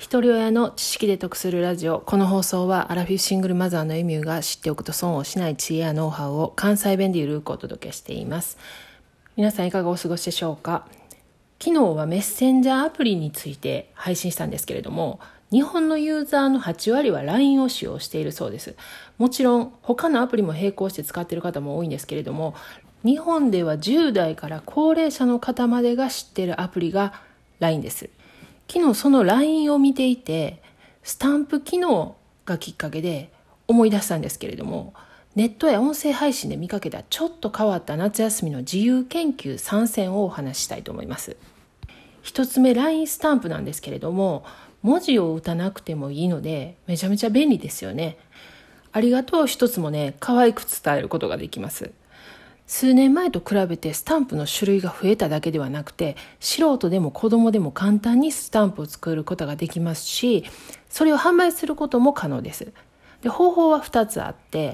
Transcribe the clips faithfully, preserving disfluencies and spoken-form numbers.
一人親の知識で得するラジオ。この放送はアラフィフシングルマザーのエミューが知っておくと損をしない知恵やノウハウを関西弁でゆるくお届けしています。皆さんいかがお過ごしでしょうか。昨日はメッセンジャーアプリについて配信したんですけれども、日本のユーザーのはちわりは ライン を使用しているそうです。もちろん他のアプリも並行して使っている方も多いんですけれども、日本ではじゅう代から高齢者の方までが知っているアプリが ライン です。昨日その ライン を見ていて、スタンプ機能がきっかけで思い出したんですけれども、ネットや音声配信で見かけたちょっと変わった夏休みの自由研究さん選をお話ししたいと思います。一つ目、 ライン スタンプなんですけれども、文字を打たなくてもいいのでめちゃめちゃ便利ですよね。ありがとう一つもね、可愛く伝えることができます。数年前と比べてスタンプの種類が増えただけではなくて、素人でも子供でも簡単にスタンプを作ることができますし、それを販売することも可能です。で、方法はふたつあって、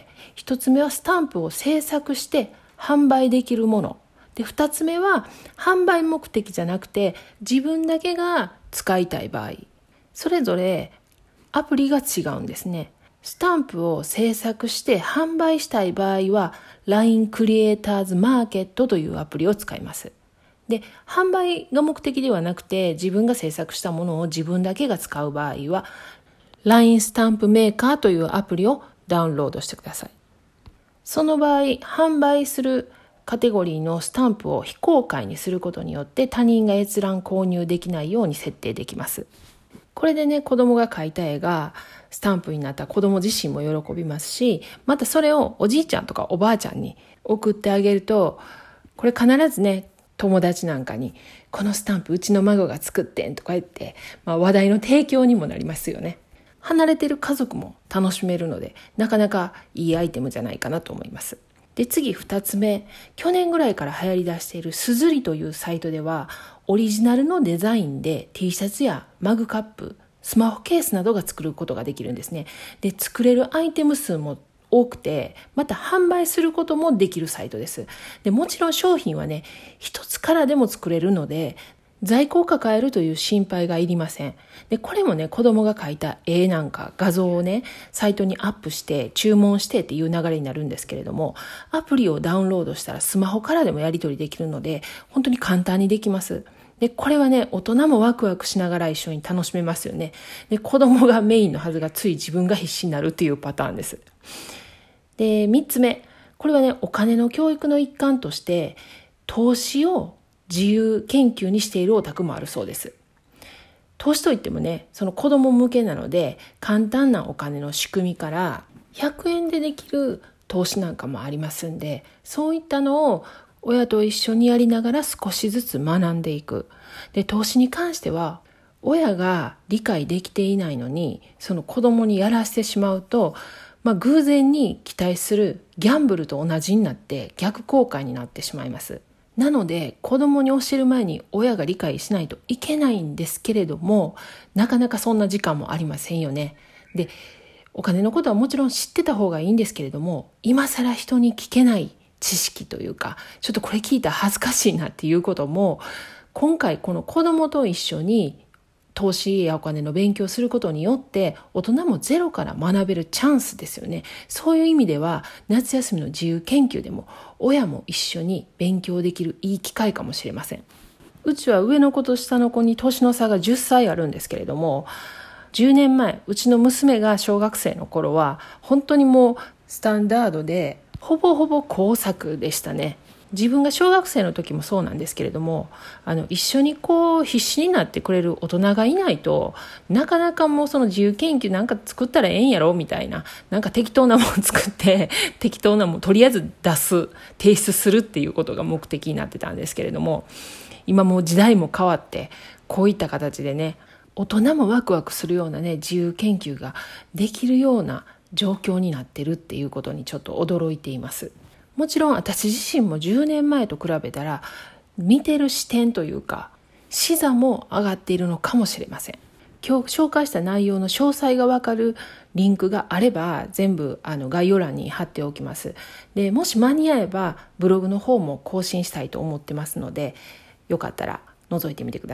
ひとつめはスタンプを制作して販売できるもので、ふたつめは販売目的じゃなくて自分だけが使いたい場合、それぞれアプリが違うんですね。スタンプを制作して販売したい場合は ライン クリエイターズマーケットというアプリを使います。で、販売が目的ではなくて自分が制作したものを自分だけが使う場合は ライン スタンプメーカーというアプリをダウンロードしてください。その場合、販売するカテゴリーのスタンプを非公開にすることによって他人が閲覧購入できないように設定できます。これでね、子供が描いた絵がスタンプになった子供自身も喜びますし、またそれをおじいちゃんとかおばあちゃんに送ってあげると、これ必ずね、友達なんかにこのスタンプうちの孫が作ってんとか言って、まあ、話題の提供にもなりますよね。離れてる家族も楽しめるので、なかなかいいアイテムじゃないかなと思います。で、次二つ目、去年ぐらいから流行り出しているすずりというサイトでは、オリジナルのデザインで T シャツやマグカップ、スマホケースなどが作ることができるんですね。で、作れるアイテム数も多くて、また販売することもできるサイトです。で、もちろん商品はね、一つからでも作れるので、在庫を抱えるという心配がいりません。で、これもね、子供が描いた絵なんか画像をね、サイトにアップして注文してっていう流れになるんですけれども、アプリをダウンロードしたらスマホからでもやり取りできるので、本当に簡単にできます。で、これはね、大人もワクワクしながら一緒に楽しめますよね。で、子供がメインのはずがつい自分が必死になるっていうパターンです。で、三つ目、これはね、お金の教育の一環として投資を自由研究にしているお宅もあるそうです。投資といってもね、その子供向けなので、簡単なお金の仕組みからひゃくえんでできる投資なんかもありますんで、そういったのを親と一緒にやりながら少しずつ学んでいく。で、投資に関しては親が理解できていないのにその子供にやらせてしまうと、まあ、偶然に期待するギャンブルと同じになって逆効果になってしまいます。なので子供に教える前に親が理解しないといけないんですけれども、なかなかそんな時間もありませんよね。で、お金のことはもちろん知ってた方がいいんですけれども、今更人に聞けない知識というか、ちょっとこれ聞いたら恥ずかしいなっていうことも、今回この子供と一緒に投資やお金の勉強することによって大人もゼロから学べるチャンスですよね。そういう意味では夏休みの自由研究でも親も一緒に勉強できるいい機会かもしれません。うちは上の子と下の子に年の差がじゅっさいあるんですけれども、じゅうねんまえうちの娘が小学生の頃は本当にもうスタンダードでほぼほぼ工作でしたね。自分が小学生の時もそうなんですけれども、あの一緒にこう必死になってくれる大人がいないと、なかなかもうその自由研究なんか作ったらええんやろみたいな、なんか適当なもの作って適当なものとりあえず出す、提出するっていうことが目的になってたんですけれども、今もう時代も変わってこういった形でね、大人もワクワクするようなね自由研究ができるような状況になってるっていうことにちょっと驚いています。もちろん私自身もじゅうねんまえと比べたら見てる視点というか視座も上がっているのかもしれません。今日紹介した内容の詳細がわかるリンクがあれば全部あの概要欄に貼っておきます。で、もし間に合えばブログの方も更新したいと思ってますので、よかったら覗いてみてください。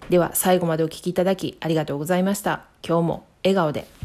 では最後までお聞きいただきありがとうございました。今日も笑顔で。